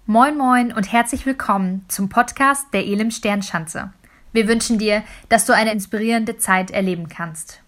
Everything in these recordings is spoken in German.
Moin Moin und herzlich willkommen zum Podcast der Elim Sternschanze. Wir wünschen dir, dass du eine inspirierende Zeit erleben kannst.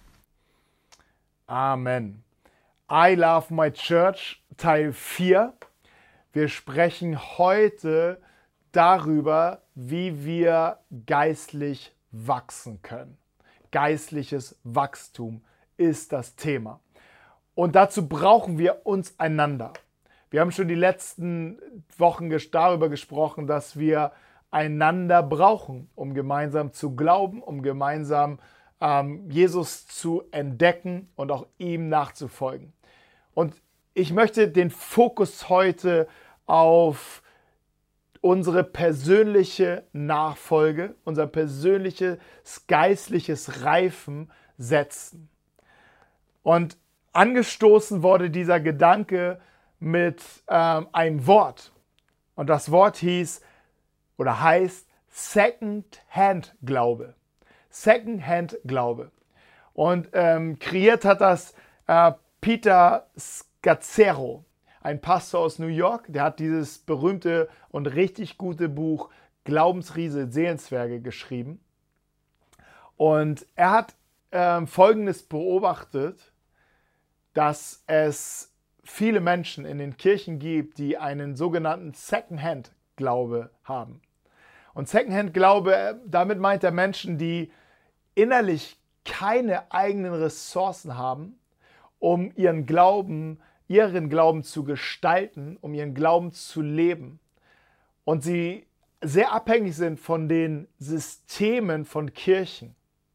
Amen. I Love My Church Teil 4. Wir sprechen heute darüber, wie wir geistlich wachsen können. Geistliches Wachstum ist das Thema. Und dazu brauchen wir uns einander. Wir haben schon die letzten Wochen darüber gesprochen, dass wir einander brauchen, um gemeinsam zu glauben, um gemeinsam Jesus zu entdecken und auch ihm nachzufolgen. Und ich möchte den Fokus heute auf unsere persönliche Nachfolge, unser persönliches geistliches Reifen setzen. Und angestoßen wurde dieser Gedanke mit einem Wort. Und das Wort heißt Second-Hand-Glaube. Second-Hand-Glaube. Und kreiert hat das Peter Scazzero, ein Pastor aus New York. Der hat dieses berühmte und richtig gute Buch Glaubensriese, Seelenzwerge geschrieben. Und er hat Folgendes beobachtet, dass es viele Menschen in den Kirchen gibt, die einen sogenannten Second-Hand-Glaube haben. Und Second-Hand-Glaube, damit meint er Menschen, die innerlich keine eigenen Ressourcen haben, um ihren Glauben zu gestalten, um ihren Glauben zu leben. Und sie sehr abhängig sind von den Systemen von Kirchen.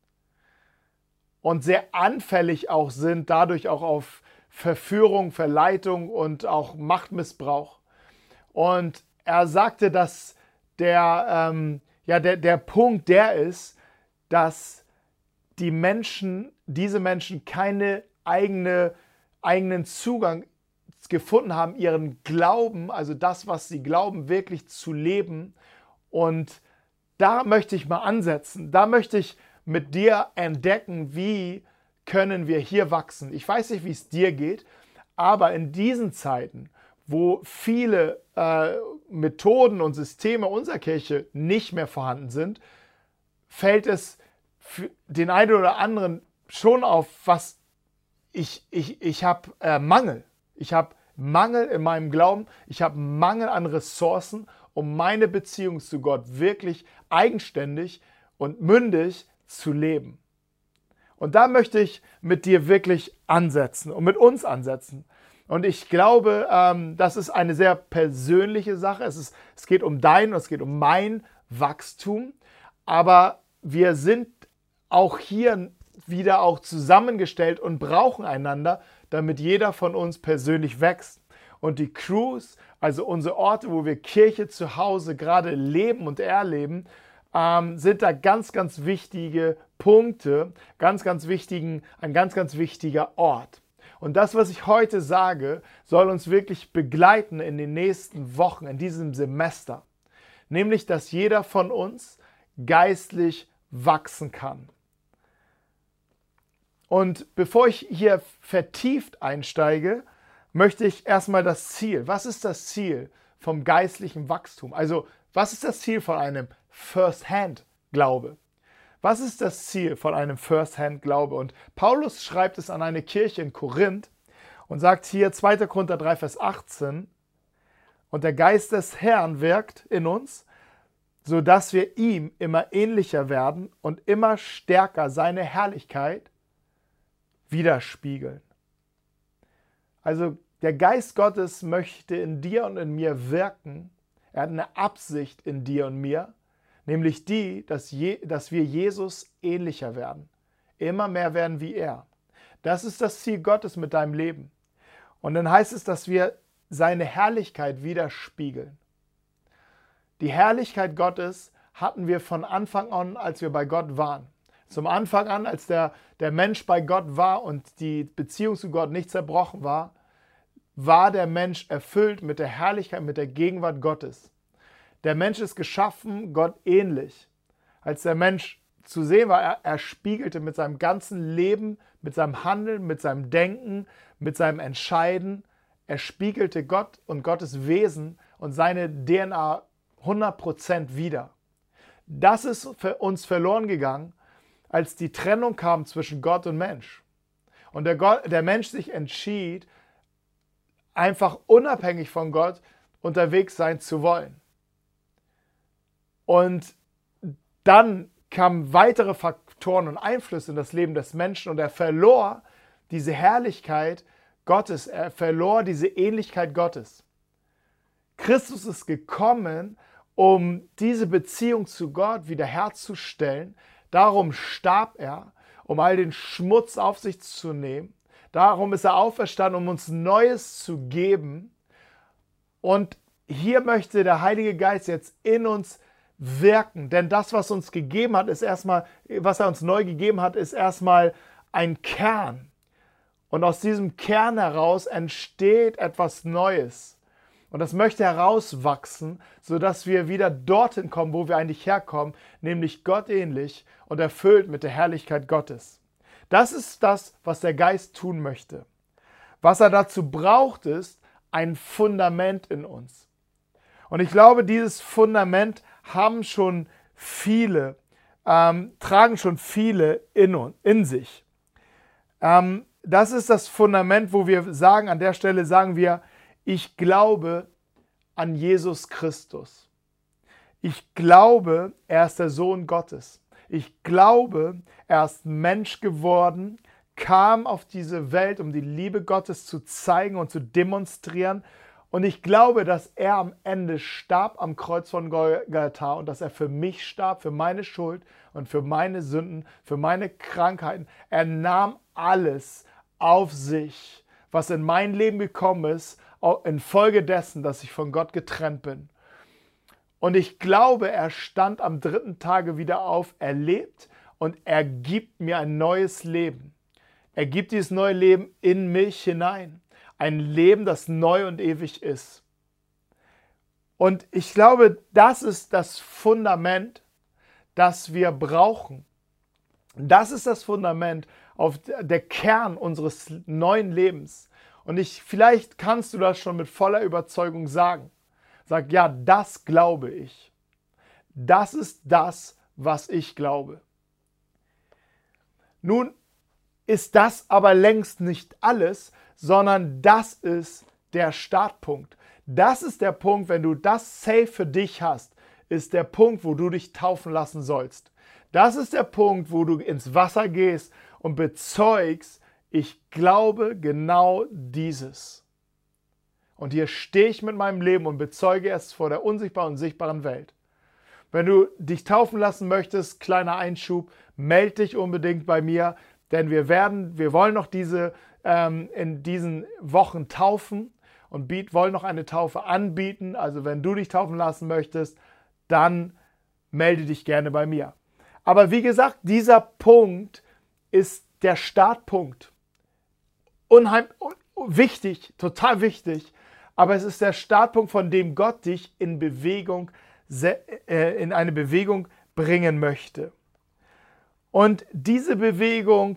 Und sehr anfällig auch sind, dadurch auch auf Verführung, Verleitung und auch Machtmissbrauch. Und er sagte, dass der Punkt der ist, dass diese Menschen keine eigenen Zugang gefunden haben, ihren Glauben, also das, was sie glauben, wirklich zu leben. Und da möchte ich mal ansetzen. Da möchte ich mit dir entdecken, wie können wir hier wachsen. Ich weiß nicht, wie es dir geht, aber in diesen Zeiten, wo viele Methoden und Systeme unserer Kirche nicht mehr vorhanden sind, fällt es für den einen oder anderen schon auf, was ich habe Mangel. Ich habe Mangel in meinem Glauben, ich habe Mangel an Ressourcen, um meine Beziehung zu Gott wirklich eigenständig und mündig zu leben. Und da möchte ich mit dir wirklich ansetzen und mit uns ansetzen. Und ich glaube, das ist eine sehr persönliche Sache. Es geht um es geht um mein Wachstum. Aber wir sind auch hier wieder auch zusammengestellt und brauchen einander, damit jeder von uns persönlich wächst. Und die Crews, also unsere Orte, wo wir Kirche zu Hause gerade leben und erleben, sind da ganz, ganz wichtige Punkte, ein ganz, ganz wichtiger Ort. Und das, was ich heute sage, soll uns wirklich begleiten in den nächsten Wochen, in diesem Semester. Nämlich, dass jeder von uns geistlich wachsen kann. Und bevor ich hier vertieft einsteige, möchte ich erstmal das Ziel. Was ist das Ziel vom geistlichen Wachstum? Also, was ist das Ziel von einem First-Hand-Glaube? Was ist das Ziel von einem First-Hand-Glaube? Und Paulus schreibt es an eine Kirche in Korinth und sagt hier 2. Korinther 3, Vers 18, und der Geist des Herrn wirkt in uns, sodass wir ihm immer ähnlicher werden und immer stärker seine Herrlichkeit widerspiegeln. Also der Geist Gottes möchte in dir und in mir wirken. Er hat eine Absicht in dir und mir, nämlich die, dass wir Jesus ähnlicher werden. Immer mehr werden wie er. Das ist das Ziel Gottes mit deinem Leben. Und dann heißt es, dass wir seine Herrlichkeit widerspiegeln. Die Herrlichkeit Gottes hatten wir von Anfang an, als wir bei Gott waren. Zum Anfang an, als der Mensch bei Gott war und die Beziehung zu Gott nicht zerbrochen war, war der Mensch erfüllt mit der Herrlichkeit, mit der Gegenwart Gottes. Der Mensch ist geschaffen, Gott ähnlich. Als der Mensch zu sehen war, er spiegelte mit seinem ganzen Leben, mit seinem Handeln, mit seinem Denken, mit seinem Entscheiden, er spiegelte Gott und Gottes Wesen und seine DNA 100% wieder. Das ist für uns verloren gegangen, als die Trennung kam zwischen Gott und Mensch. Und der Mensch sich entschied, einfach unabhängig von Gott unterwegs sein zu wollen. Und dann kamen weitere Faktoren und Einflüsse in das Leben des Menschen und er verlor diese Herrlichkeit Gottes, er verlor diese Ähnlichkeit Gottes. Christus ist gekommen, um diese Beziehung zu Gott wiederherzustellen. Darum starb er, um all den Schmutz auf sich zu nehmen. Darum ist er auferstanden, um uns Neues zu geben. Und hier möchte der Heilige Geist jetzt in uns wirken. Denn das, was uns gegeben hat, ist erstmal, was er uns neu gegeben hat, ist erstmal ein Kern. Und aus diesem Kern heraus entsteht etwas Neues. Und das möchte herauswachsen, sodass wir wieder dorthin kommen, wo wir eigentlich herkommen, nämlich gottähnlich und erfüllt mit der Herrlichkeit Gottes. Das ist das, was der Geist tun möchte. Was er dazu braucht, ist ein Fundament in uns. Und ich glaube, dieses Fundament haben schon viele, tragen schon viele in sich. Das ist das Fundament, wo wir sagen, an der Stelle sagen wir, ich glaube an Jesus Christus. Ich glaube, er ist der Sohn Gottes. Ich glaube, er ist Mensch geworden, kam auf diese Welt, um die Liebe Gottes zu zeigen und zu demonstrieren. Und ich glaube, dass er am Ende starb am Kreuz von Golgatha und dass er für mich starb, für meine Schuld und für meine Sünden, für meine Krankheiten. Er nahm alles auf sich, was in mein Leben gekommen ist, infolge dessen, dass ich von Gott getrennt bin. Und ich glaube, er stand am 3. Tage wieder auf, er lebt und er gibt mir ein neues Leben. Er gibt dieses neue Leben in mich hinein. Ein Leben, das neu und ewig ist. Und ich glaube, das ist das Fundament, das wir brauchen. Das ist das Fundament, der Kern unseres neuen Lebens. Und vielleicht kannst du das schon mit voller Überzeugung sagen. Sag, ja, das glaube ich. Das ist das, was ich glaube. Nun ist das aber längst nicht alles, sondern das ist der Startpunkt. Das ist der Punkt, wenn du das safe für dich hast, ist der Punkt, wo du dich taufen lassen sollst. Das ist der Punkt, wo du ins Wasser gehst und bezeugst, ich glaube genau dieses. Und hier stehe ich mit meinem Leben und bezeuge es vor der unsichtbaren und sichtbaren Welt. Wenn du dich taufen lassen möchtest, kleiner Einschub, melde dich unbedingt bei mir, denn wir wollen noch in diesen Wochen taufen und wollen noch eine Taufe anbieten. Also wenn du dich taufen lassen möchtest, dann melde dich gerne bei mir. Aber wie gesagt, dieser Punkt ist der Startpunkt. Unheimlich wichtig, total wichtig, aber es ist der Startpunkt, von dem Gott dich in eine Bewegung bringen möchte. Und diese Bewegung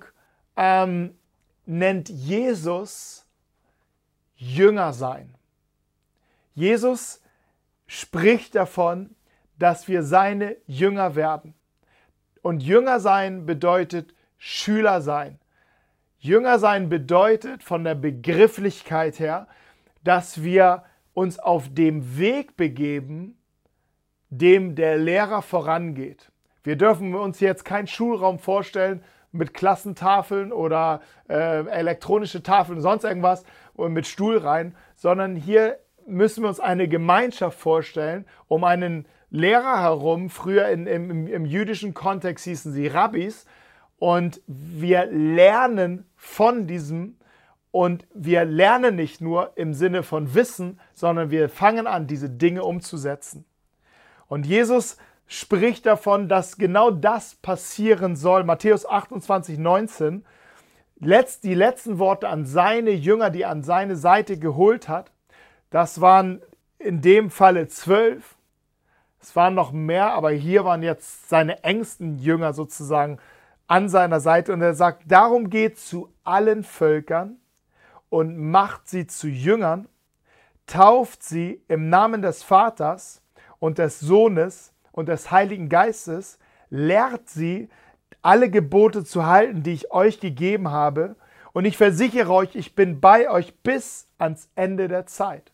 nennt Jesus Jünger sein. Jesus spricht davon, dass wir seine Jünger werden. Und Jünger sein bedeutet Schüler sein. Jünger sein bedeutet von der Begrifflichkeit her, dass wir uns auf dem Weg begeben, dem der Lehrer vorangeht. Wir dürfen uns jetzt keinen Schulraum vorstellen mit Klassentafeln oder elektronische Tafeln und sonst irgendwas und mit Stuhlreihen, sondern hier müssen wir uns eine Gemeinschaft vorstellen, um einen Lehrer herum. Früher im jüdischen Kontext hießen sie Rabbis. Und wir lernen von diesem und wir lernen nicht nur im Sinne von Wissen, sondern wir fangen an, diese Dinge umzusetzen. Und Jesus spricht davon, dass genau das passieren soll. Matthäus 28,19, die letzten Worte an seine Jünger, die er an seine Seite geholt hat, das waren in dem Falle 12. Es waren noch mehr, aber hier waren jetzt seine engsten Jünger sozusagen an seiner Seite. Und er sagt, darum geht zu allen Völkern und macht sie zu Jüngern, tauft sie im Namen des Vaters und des Sohnes und des Heiligen Geistes, lehrt sie, alle Gebote zu halten, die ich euch gegeben habe. Und ich versichere euch, ich bin bei euch bis ans Ende der Zeit.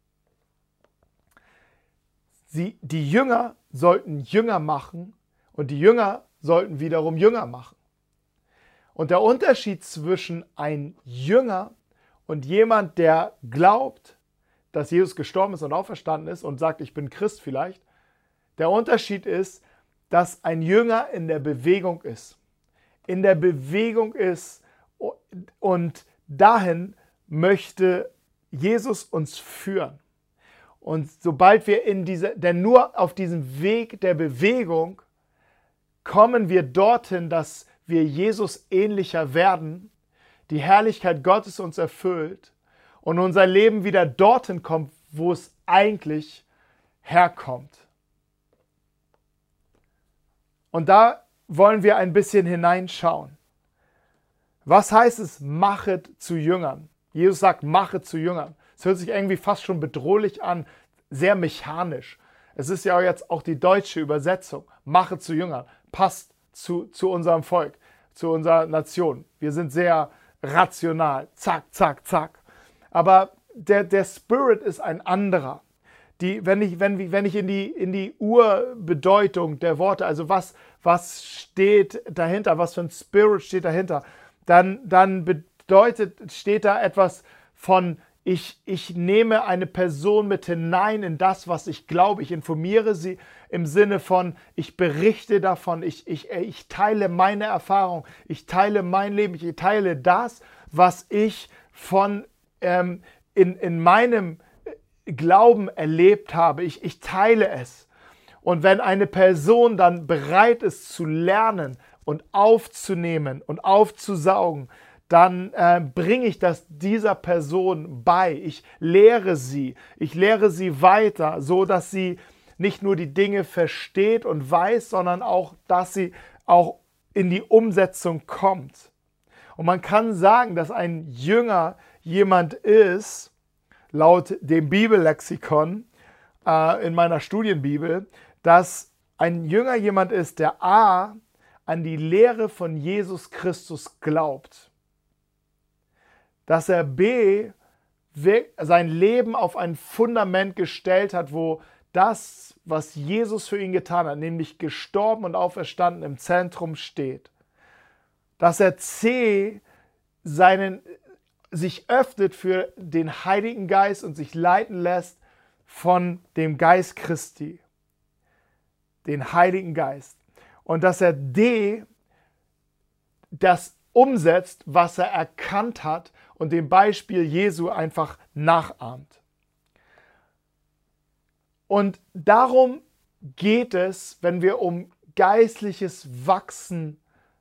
Die Jünger sollten Jünger machen und die Jünger sollten wiederum Jünger machen. Und der Unterschied zwischen ein Jünger und jemand, der glaubt, dass Jesus gestorben ist und auferstanden ist und sagt, ich bin Christ vielleicht, der Unterschied ist, dass ein Jünger in der Bewegung ist. In der Bewegung ist und dahin möchte Jesus uns führen. Und sobald wir denn nur auf diesem Weg der Bewegung kommen wir dorthin, dass wir Jesus ähnlicher werden, die Herrlichkeit Gottes uns erfüllt und unser Leben wieder dorthin kommt, wo es eigentlich herkommt. Und da wollen wir ein bisschen hineinschauen. Was heißt es, machet zu Jüngern? Jesus sagt, machet zu Jüngern. Es hört sich irgendwie fast schon bedrohlich an, sehr mechanisch. Es ist ja jetzt auch die deutsche Übersetzung. Machet zu Jüngern. Passt zu unserem Volk, zu unserer Nation. Wir sind sehr rational. Zack, zack, zack. Aber der Spirit ist ein anderer. Wenn ich in die Urbedeutung der Worte, also was steht dahinter, was für ein Spirit steht dahinter, dann steht da etwas von, ich nehme eine Person mit hinein in das, was ich glaube. Ich informiere sie im Sinne von, ich berichte davon, ich teile meine Erfahrung, ich teile mein Leben, ich teile das, was ich in meinem Glauben erlebt habe. Ich teile es. Und wenn eine Person dann bereit ist zu lernen und aufzunehmen und aufzusaugen, dann bringe ich das dieser Person bei. Ich lehre sie weiter, so dass sie nicht nur die Dinge versteht und weiß, sondern auch, dass sie auch in die Umsetzung kommt. Und man kann sagen, dass ein Jünger jemand ist, laut dem Bibellexikon in meiner Studienbibel, dass ein Jünger jemand ist, der A, an die Lehre von Jesus Christus glaubt. Dass er B, sein Leben auf ein Fundament gestellt hat, wo das, was Jesus für ihn getan hat, nämlich gestorben und auferstanden, im Zentrum steht. Dass er C, sich öffnet für den Heiligen Geist und sich leiten lässt von dem Geist Christi, den Heiligen Geist. Und dass er D, das umsetzt, was er erkannt hat und dem Beispiel Jesu einfach nachahmt. Und darum geht es, wenn wir um geistliches Wachstum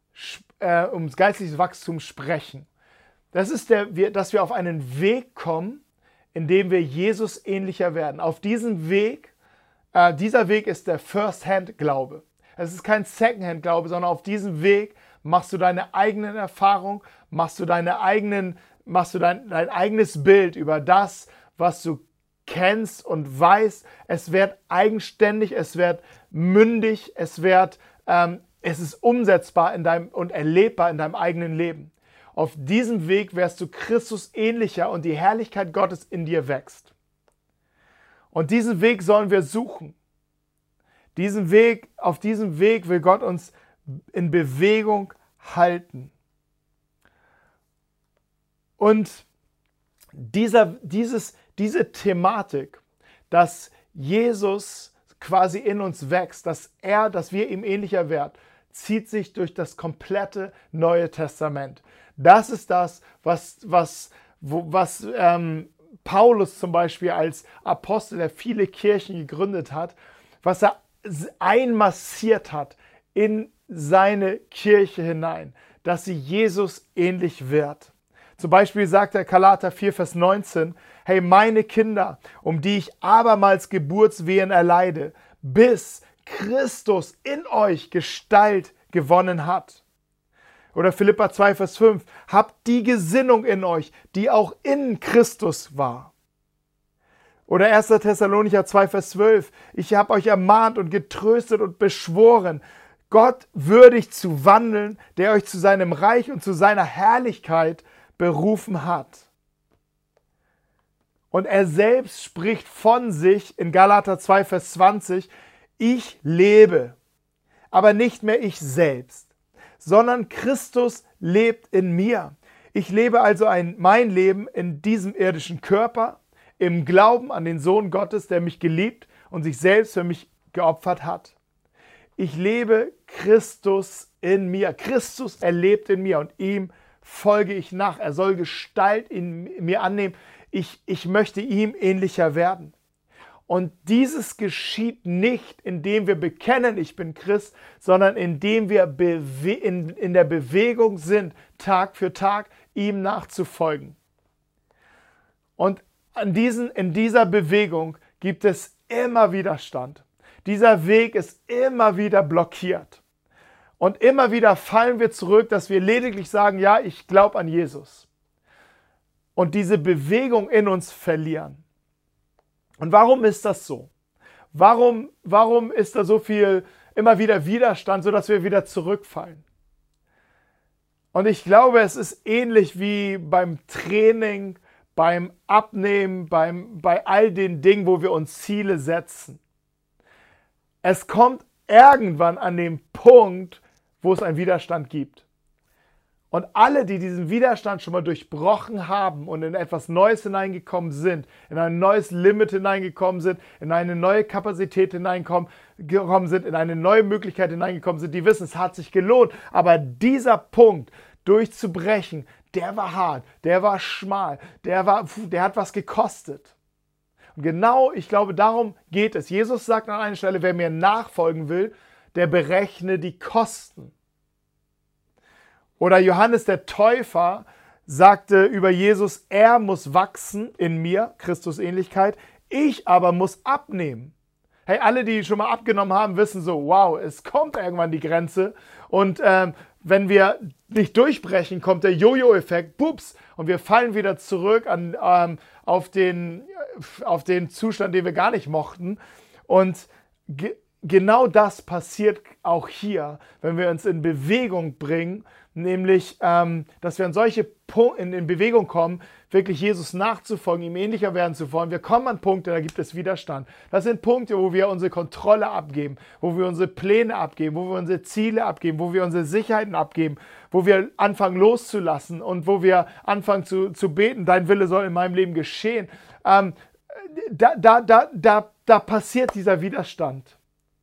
sprechen. Das ist dass wir auf einen Weg kommen, in dem wir Jesus ähnlicher werden. Auf diesem Weg, dieser Weg ist der First-Hand-Glaube. Es ist kein Second-Hand-Glaube, sondern auf diesem Weg machst du deine eigenen Erfahrungen, machst du dein eigenes Bild über das, was du kennst und weißt. Es wird eigenständig, es wird mündig, es ist umsetzbar und erlebbar in deinem eigenen Leben. Auf diesem Weg wirst du Christus ähnlicher und die Herrlichkeit Gottes in dir wächst. Und diesen Weg sollen wir suchen. Auf diesem Weg will Gott uns in Bewegung halten. Und diese Thematik, dass Jesus quasi in uns wächst, dass wir ihm ähnlicher werden, zieht sich durch das komplette Neue Testament. Das ist das, was Paulus zum Beispiel als Apostel, der viele Kirchen gegründet hat, was er einmassiert hat in seine Kirche hinein, dass sie Jesus ähnlich wird. Zum Beispiel sagt der Galater 4, Vers 19, hey, meine Kinder, um die ich abermals Geburtswehen erleide, bis Christus in euch Gestalt gewonnen hat. Oder Philipper 2, Vers 5, habt die Gesinnung in euch, die auch in Christus war. Oder 1. Thessalonicher 2, Vers 12. Ich habe euch ermahnt und getröstet und beschworen, Gott würdig zu wandeln, der euch zu seinem Reich und zu seiner Herrlichkeit berufen hat. Und er selbst spricht von sich in Galater 2, Vers 20, ich lebe, aber nicht mehr ich selbst, sondern Christus lebt in mir. Ich lebe also mein Leben in diesem irdischen Körper, im Glauben an den Sohn Gottes, der mich geliebt und sich selbst für mich geopfert hat. Ich lebe Christus in mir. Christus, er lebt in mir und ihm folge ich nach. Er soll Gestalt in mir annehmen. Ich möchte ihm ähnlicher werden. Und dieses geschieht nicht, indem wir bekennen, ich bin Christ, sondern indem wir in der Bewegung sind, Tag für Tag ihm nachzufolgen. Und in dieser Bewegung gibt es immer Widerstand. Dieser Weg ist immer wieder blockiert. Und immer wieder fallen wir zurück, dass wir lediglich sagen, ja, ich glaube an Jesus. Und diese Bewegung in uns verlieren. Und warum ist das so? Warum ist da so viel immer wieder Widerstand, sodass wir wieder zurückfallen? Und ich glaube, es ist ähnlich wie beim Training, beim Abnehmen, bei all den Dingen, wo wir uns Ziele setzen. Es kommt irgendwann an den Punkt, wo es einen Widerstand gibt. Und alle, die diesen Widerstand schon mal durchbrochen haben und in etwas Neues hineingekommen sind, in ein neues Limit hineingekommen sind, in eine neue Kapazität hineingekommen sind, in eine neue Möglichkeit hineingekommen sind, die wissen, es hat sich gelohnt. Aber dieser Punkt durchzubrechen, der war hart, der war schmal, der hat was gekostet. Und genau, ich glaube, darum geht es. Jesus sagt an einer Stelle, wer mir nachfolgen will, der berechne die Kosten. Oder Johannes der Täufer sagte über Jesus, er muss wachsen in mir, Christusähnlichkeit, ich aber muss abnehmen. Hey, alle, die schon mal abgenommen haben, wissen so, wow, es kommt irgendwann die Grenze. Und wenn wir nicht durchbrechen, kommt der Jojo-Effekt, bups, und wir fallen wieder zurück auf den Zustand, den wir gar nicht mochten. Und genau das passiert auch hier, wenn wir uns in Bewegung bringen, nämlich, dass wir an solche Punkte in Bewegung kommen, wirklich Jesus nachzufolgen, ihm ähnlicher werden zu wollen. Wir kommen an Punkte, da gibt es Widerstand. Das sind Punkte, wo wir unsere Kontrolle abgeben, wo wir unsere Pläne abgeben, wo wir unsere Ziele abgeben, wo wir unsere Sicherheiten abgeben, wo wir anfangen loszulassen und wo wir anfangen zu beten, dein Wille soll in meinem Leben geschehen. Da passiert dieser Widerstand.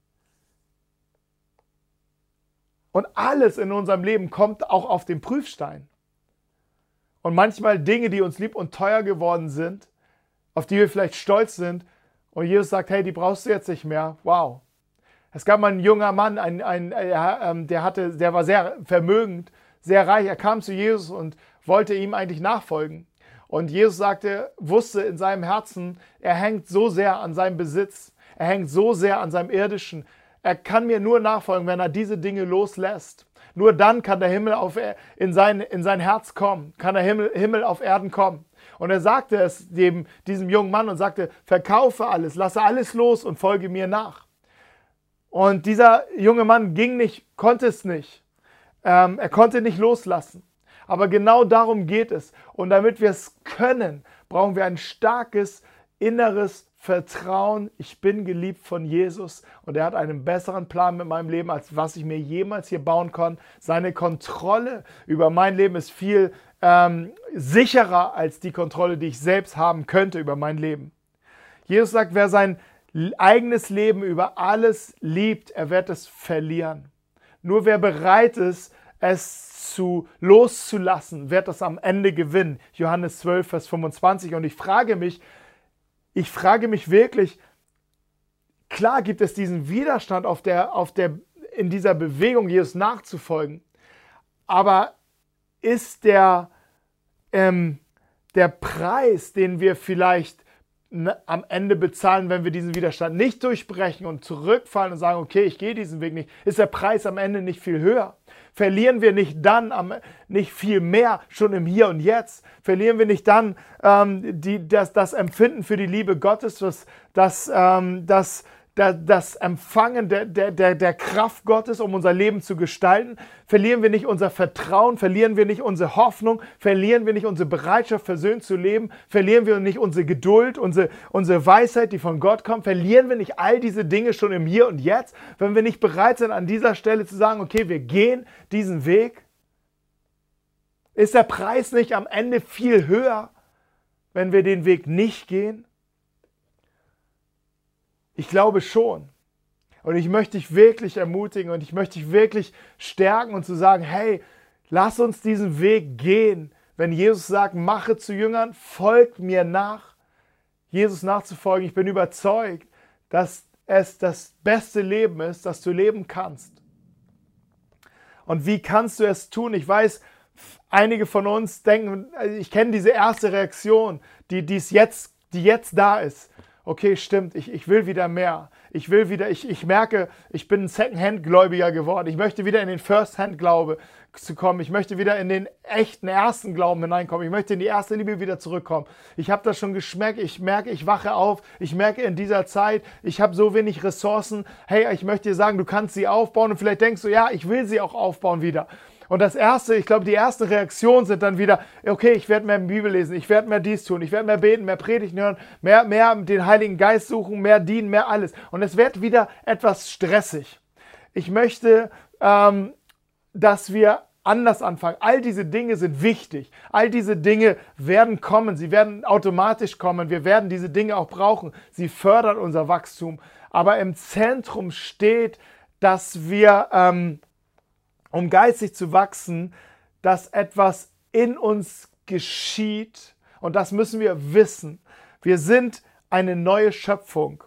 Und alles in unserem Leben kommt auch auf den Prüfstein. Und manchmal Dinge, die uns lieb und teuer geworden sind, auf die wir vielleicht stolz sind, und Jesus sagt, hey, die brauchst du jetzt nicht mehr. Wow. Es gab mal einen jungen Mann, der war sehr vermögend, sehr reich. Er kam zu Jesus und wollte ihm eigentlich nachfolgen. Und Jesus wusste in seinem Herzen, er hängt so sehr an seinem Besitz, er hängt so sehr an seinem Irdischen. Er kann mir nur nachfolgen, wenn er diese Dinge loslässt. Nur dann kann der Himmel in sein Herz kommen, kann der Himmel auf Erden kommen. Und er sagte es diesem jungen Mann und sagte, verkaufe alles, lasse alles los und folge mir nach. Und dieser junge Mann konnte es nicht. Er konnte nicht loslassen. Aber genau darum geht es. Und damit wir es können, brauchen wir ein starkes inneres Vertrauen, ich bin geliebt von Jesus und er hat einen besseren Plan mit meinem Leben, als was ich mir jemals hier bauen kann. Seine Kontrolle über mein Leben ist viel sicherer als die Kontrolle, die ich selbst haben könnte über mein Leben. Jesus sagt, wer sein eigenes Leben über alles liebt, er wird es verlieren. Nur wer bereit ist, es loszulassen, wird es am Ende gewinnen. Johannes 12, Vers 25. Und ich frage mich wirklich, klar gibt es diesen Widerstand in dieser Bewegung, Jesus nachzufolgen, aber ist der Preis, den wir vielleicht am Ende bezahlen, wenn wir diesen Widerstand nicht durchbrechen und zurückfallen und sagen, okay, ich gehe diesen Weg nicht, ist der Preis am Ende nicht viel höher? Verlieren wir nicht dann nicht viel mehr schon im Hier und Jetzt? Verlieren wir nicht dann das Empfinden für die Liebe Gottes, das Empfangen der Kraft Gottes, um unser Leben zu gestalten? Verlieren wir nicht unser Vertrauen? Verlieren wir nicht unsere Hoffnung? Verlieren wir nicht unsere Bereitschaft, versöhnt zu leben? Verlieren wir nicht unsere Geduld, unsere Weisheit, die von Gott kommt? Verlieren wir nicht all diese Dinge schon im Hier und Jetzt, wenn wir nicht bereit sind, an dieser Stelle zu sagen, okay, wir gehen diesen Weg? Ist der Preis nicht am Ende viel höher, wenn wir den Weg nicht gehen? Ich glaube schon. Und ich möchte dich wirklich ermutigen und ich möchte dich wirklich stärken und zu sagen, hey, lass uns diesen Weg gehen. Wenn Jesus sagt, mache zu Jüngern, folgt mir nach. Jesus nachzufolgen, ich bin überzeugt, dass es das beste Leben ist, das du leben kannst. Und wie kannst du es tun? Ich weiß, einige von uns denken, ich kenne diese erste Reaktion, die jetzt da ist. Okay, stimmt, ich will wieder mehr. Ich merke, ich bin ein Second-Hand-Gläubiger geworden. Ich möchte wieder in den First-Hand-Glaube zu kommen. Ich möchte wieder in den echten ersten Glauben hineinkommen. Ich möchte in die erste Liebe wieder zurückkommen. Ich habe das schon geschmeckt. Ich merke, ich wache auf. Ich merke in dieser Zeit, ich habe so wenig Ressourcen. Hey, ich möchte dir sagen, du kannst sie aufbauen. Und vielleicht denkst du, ja, ich will sie auch aufbauen wieder. Und ich glaube, die ersten Reaktionen sind dann wieder, okay, ich werde mehr Bibel lesen, ich werde mehr dies tun, ich werde mehr beten, mehr Predigten hören, mehr den Heiligen Geist suchen, mehr dienen, mehr alles. Und es wird wieder etwas stressig. Ich möchte, dass wir anders anfangen. All diese Dinge sind wichtig. All diese Dinge werden kommen. Sie werden automatisch kommen. Wir werden diese Dinge auch brauchen. Sie fördern unser Wachstum. Aber im Zentrum steht, dass wir um geistig zu wachsen, dass etwas in uns geschieht. Und das müssen wir wissen. Wir sind eine neue Schöpfung.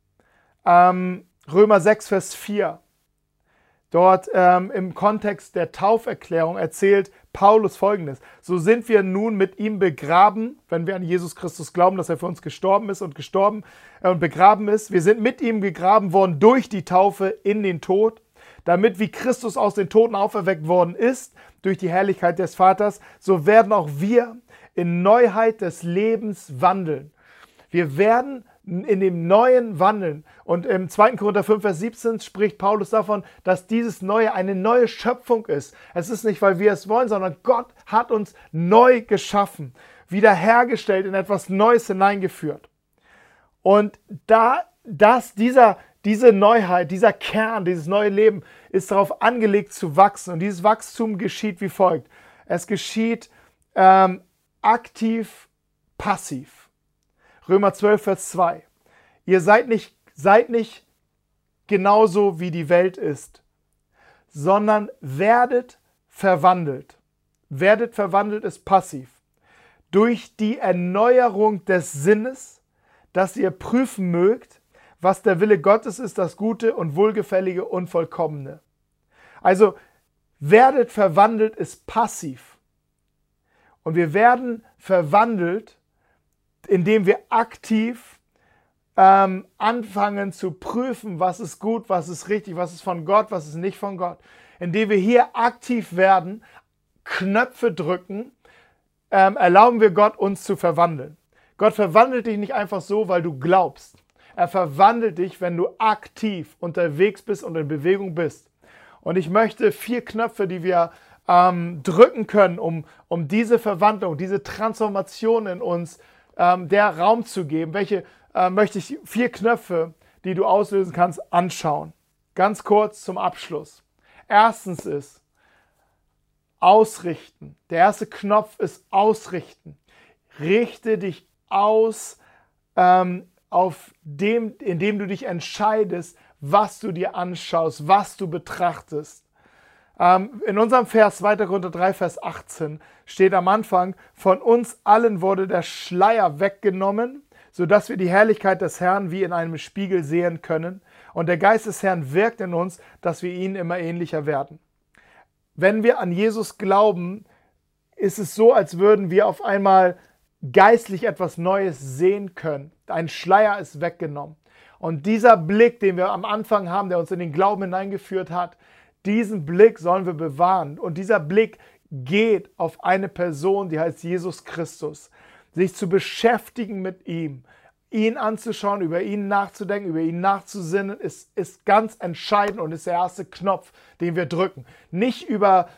Römer 6, Vers 4. Dort im Kontext der Tauferklärung erzählt Paulus Folgendes. So sind wir nun mit ihm begraben, wenn wir an Jesus Christus glauben, dass er für uns gestorben ist und begraben ist. Wir sind mit ihm begraben worden durch die Taufe in den Tod, damit wie Christus aus den Toten auferweckt worden ist, durch die Herrlichkeit des Vaters, so werden auch wir in Neuheit des Lebens wandeln. Wir werden in dem Neuen wandeln. Und im 2. Korinther 5, Vers 17 spricht Paulus davon, dass dieses Neue eine neue Schöpfung ist. Es ist nicht, weil wir es wollen, sondern Gott hat uns neu geschaffen, wiederhergestellt, in etwas Neues hineingeführt. Und diese Neuheit, dieser Kern, dieses neue Leben ist darauf angelegt zu wachsen. Und dieses Wachstum geschieht wie folgt. Es geschieht aktiv, passiv. Römer 12, Vers 2. Ihr seid nicht genauso, wie die Welt ist, sondern werdet verwandelt. Werdet verwandelt ist passiv. Durch die Erneuerung des Sinnes, dass ihr prüfen mögt, was der Wille Gottes ist, das Gute und Wohlgefällige und Vollkommene. Also, werdet verwandelt ist passiv. Und wir werden verwandelt, indem wir aktiv anfangen zu prüfen, was ist gut, was ist richtig, was ist von Gott, was ist nicht von Gott. Indem wir hier aktiv werden, Knöpfe drücken, erlauben wir Gott, uns zu verwandeln. Gott verwandelt dich nicht einfach so, weil du glaubst. Er verwandelt dich, wenn du aktiv unterwegs bist und in Bewegung bist. Und ich möchte 4 Knöpfe, die wir drücken können, um diese Verwandlung, diese Transformation in uns der Raum zu geben. Welche möchte ich 4 Knöpfe, die du auslösen kannst, anschauen. Ganz kurz zum Abschluss. Erstens ist Ausrichten. Der erste Knopf ist Ausrichten. Richte dich aus, indem du dich entscheidest, was du dir anschaust, was du betrachtest. In unserem Vers 2. Korinther 3, Vers 18 steht am Anfang, von uns allen wurde der Schleier weggenommen, sodass wir die Herrlichkeit des Herrn wie in einem Spiegel sehen können. Und der Geist des Herrn wirkt in uns, dass wir ihnen immer ähnlicher werden. Wenn wir an Jesus glauben, ist es so, als würden wir auf einmal geistlich etwas Neues sehen können. Ein Schleier ist weggenommen. Und dieser Blick, den wir am Anfang haben, der uns in den Glauben hineingeführt hat, diesen Blick sollen wir bewahren. Und dieser Blick geht auf eine Person, die heißt Jesus Christus. Sich zu beschäftigen mit ihm, ihn anzuschauen, über ihn nachzudenken, über ihn nachzusinnen, ist ganz entscheidend und ist der erste Knopf, den wir drücken. Nicht über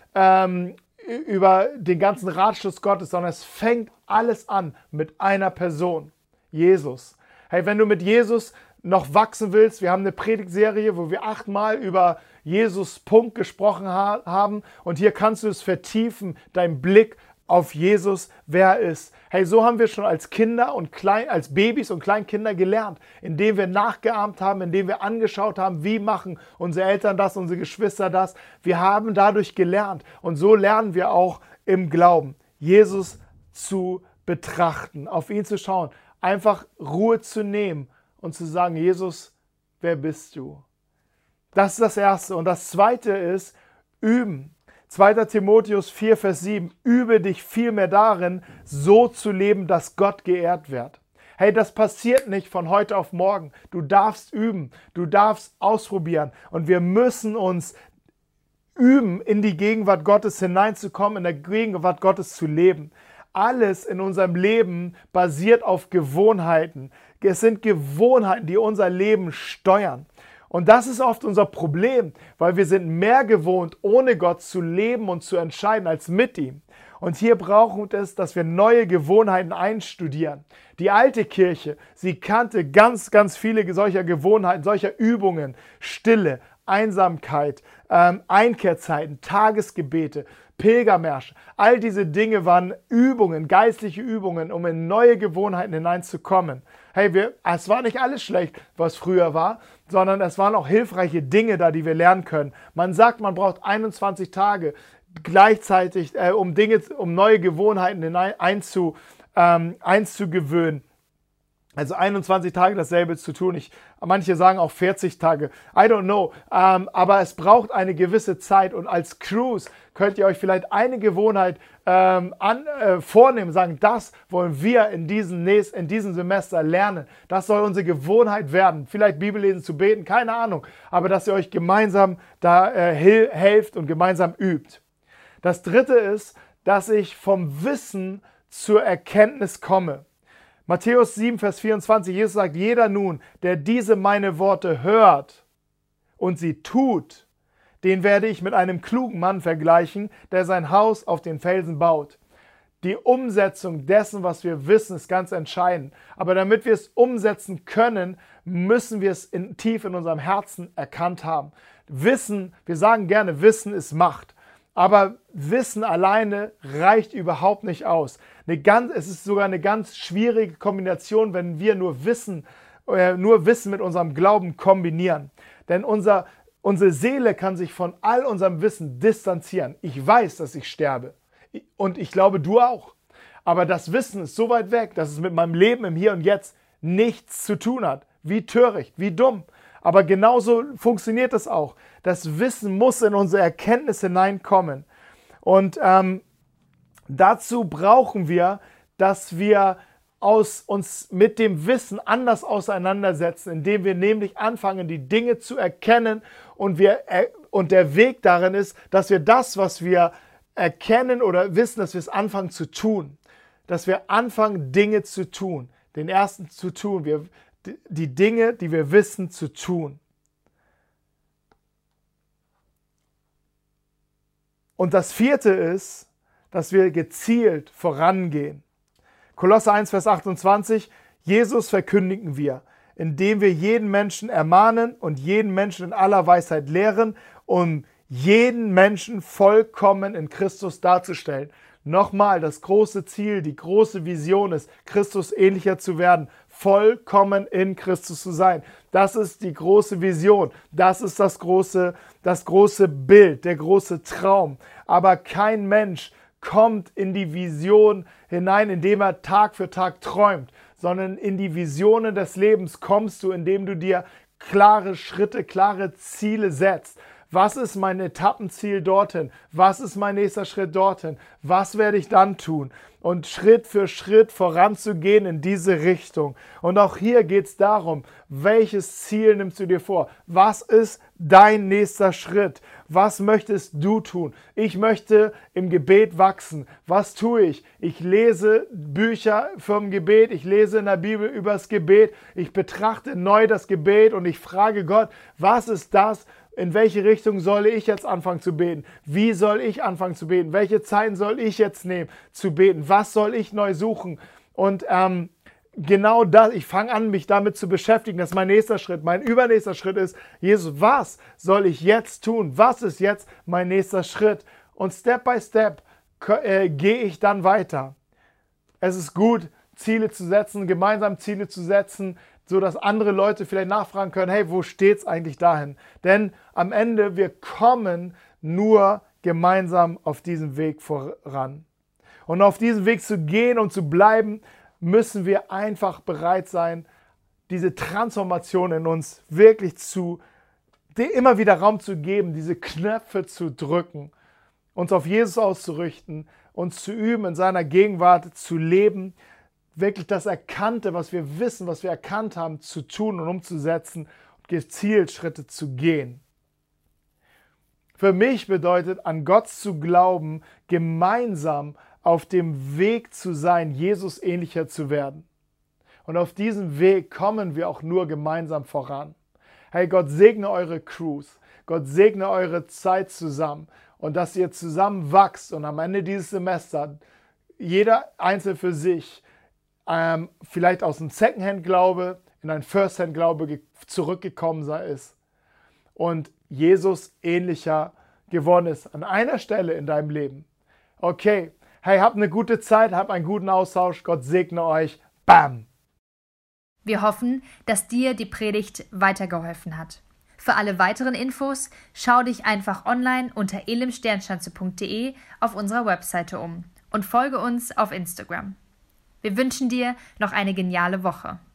den ganzen Ratschluss Gottes, sondern es fängt alles an mit einer Person, Jesus. Hey, wenn du mit Jesus noch wachsen willst, wir haben eine Predigtserie, wo wir 8-mal über Jesus Punkt gesprochen haben und hier kannst du es vertiefen, dein Blick auf Jesus, wer er ist. Hey, so haben wir schon als Kinder und als Babys und Kleinkinder gelernt, indem wir nachgeahmt haben, indem wir angeschaut haben, wie machen unsere Eltern das, unsere Geschwister das. Wir haben dadurch gelernt und so lernen wir auch im Glauben, Jesus zu betrachten, auf ihn zu schauen, einfach Ruhe zu nehmen und zu sagen, Jesus, wer bist du? Das ist das Erste. Und das Zweite ist, üben. 2. Timotheus 4, Vers 7, übe dich vielmehr darin, so zu leben, dass Gott geehrt wird. Hey, das passiert nicht von heute auf morgen. Du darfst üben, du darfst ausprobieren und wir müssen uns üben, in die Gegenwart Gottes hineinzukommen, in der Gegenwart Gottes zu leben. Alles in unserem Leben basiert auf Gewohnheiten. Es sind Gewohnheiten, die unser Leben steuern. Und das ist oft unser Problem, weil wir sind mehr gewohnt, ohne Gott zu leben und zu entscheiden, als mit ihm. Und hier brauchen wir es, dass wir neue Gewohnheiten einstudieren. Die alte Kirche, sie kannte ganz, ganz viele solcher Gewohnheiten, solcher Übungen, Stille, Einsamkeit, Einkehrzeiten, Tagesgebete, Pilgermärsche. All diese Dinge waren Übungen, geistliche Übungen, um in neue Gewohnheiten hineinzukommen. Hey, es war nicht alles schlecht, was früher war, sondern es waren auch hilfreiche Dinge da, die wir lernen können. Man sagt, man braucht 21 Tage gleichzeitig, um neue Gewohnheiten einzugewöhnen. Also 21 Tage dasselbe zu tun. Manche sagen auch 40 Tage. I don't know. Aber es braucht eine gewisse Zeit. Und als Crews könnt ihr euch vielleicht eine Gewohnheit vornehmen. Sagen, das wollen wir in diesem Semester lernen. Das soll unsere Gewohnheit werden. Vielleicht Bibellesen zu beten, keine Ahnung. Aber dass ihr euch gemeinsam da helft und gemeinsam übt. Das Dritte ist, dass ich vom Wissen zur Erkenntnis komme. Matthäus 7, Vers 24, Jesus sagt, jeder nun, der diese meine Worte hört und sie tut, den werde ich mit einem klugen Mann vergleichen, der sein Haus auf den Felsen baut. Die Umsetzung dessen, was wir wissen, ist ganz entscheidend. Aber damit wir es umsetzen können, müssen wir es tief in unserem Herzen erkannt haben. Wissen, wir sagen gerne, Wissen ist Macht. Aber Wissen alleine reicht überhaupt nicht aus. Es ist sogar eine ganz schwierige Kombination, wenn wir nur Wissen mit unserem Glauben kombinieren. Denn unsere Seele kann sich von all unserem Wissen distanzieren. Ich weiß, dass ich sterbe. Und ich glaube, du auch. Aber das Wissen ist so weit weg, dass es mit meinem Leben im Hier und Jetzt nichts zu tun hat. Wie töricht, wie dumm. Aber genauso funktioniert es auch. Das Wissen muss in unsere Erkenntnis hineinkommen. Und dazu brauchen wir, dass wir uns mit dem Wissen anders auseinandersetzen, indem wir nämlich anfangen, die Dinge zu erkennen. Und der Weg darin ist, dass wir das, was wir erkennen oder wissen, dass wir es anfangen zu tun. Dass wir anfangen, Dinge zu tun. Den ersten zu tun. Die Dinge, die wir wissen, zu tun. Und das vierte ist, dass wir gezielt vorangehen. Kolosser 1, Vers 28, Jesus verkündigen wir, indem wir jeden Menschen ermahnen und jeden Menschen in aller Weisheit lehren, um jeden Menschen vollkommen in Christus darzustellen. Nochmal, das große Ziel, die große Vision ist, Christus ähnlicher zu werden, vollkommen in Christus zu sein. Das ist die große Vision, das ist das große Bild, der große Traum. Aber kein Mensch kommt in die Vision hinein, indem er Tag für Tag träumt, sondern in die Visionen des Lebens kommst du, indem du dir klare Schritte, klare Ziele setzt. Was ist mein Etappenziel dorthin? Was ist mein nächster Schritt dorthin? Was werde ich dann tun? Und Schritt für Schritt voranzugehen in diese Richtung. Und auch hier geht es darum, welches Ziel nimmst du dir vor? Was ist dein nächster Schritt? Was möchtest du tun? Ich möchte im Gebet wachsen. Was tue ich? Ich lese Bücher vom Gebet. Ich lese in der Bibel über das Gebet. Ich betrachte neu das Gebet und ich frage Gott, was ist das? In welche Richtung soll ich jetzt anfangen zu beten? Wie soll ich anfangen zu beten? Welche Zeiten soll ich jetzt nehmen zu beten? Was soll ich neu suchen? Und genau das, ich fange an, mich damit zu beschäftigen. Das ist mein nächster Schritt. Mein übernächster Schritt ist, Jesus, was soll ich jetzt tun? Was ist jetzt mein nächster Schritt? Und Step by Step gehe ich dann weiter. Es ist gut, Ziele zu setzen, gemeinsam Ziele zu setzen, so dass andere Leute vielleicht nachfragen können, hey, wo steht es eigentlich dahin? Denn am Ende, wir kommen nur gemeinsam auf diesem Weg voran. Und auf diesem Weg zu gehen und zu bleiben, müssen wir einfach bereit sein, diese Transformation in uns wirklich immer wieder Raum zu geben, diese Knöpfe zu drücken, uns auf Jesus auszurichten, uns zu üben, in seiner Gegenwart zu leben, wirklich das Erkannte, was wir wissen, was wir erkannt haben, zu tun und umzusetzen und gezielt Schritte zu gehen. Für mich bedeutet, an Gott zu glauben, gemeinsam auf dem Weg zu sein, Jesus ähnlicher zu werden. Und auf diesem Weg kommen wir auch nur gemeinsam voran. Hey, Gott segne eure Crews, Gott segne eure Zeit zusammen und dass ihr zusammen wachst und am Ende dieses Semesters jeder einzeln für sich vielleicht aus dem Secondhand-Glaube in einen First-Hand-Glaube zurückgekommen ist und Jesus ähnlicher geworden ist an einer Stelle in deinem Leben. Okay, hey, habt eine gute Zeit, habt einen guten Austausch, Gott segne euch. Bam! Wir hoffen, dass dir die Predigt weitergeholfen hat. Für alle weiteren Infos schau dich einfach online unter elimsternschanze.de auf unserer Webseite um und folge uns auf Instagram. Wir wünschen dir noch eine geniale Woche.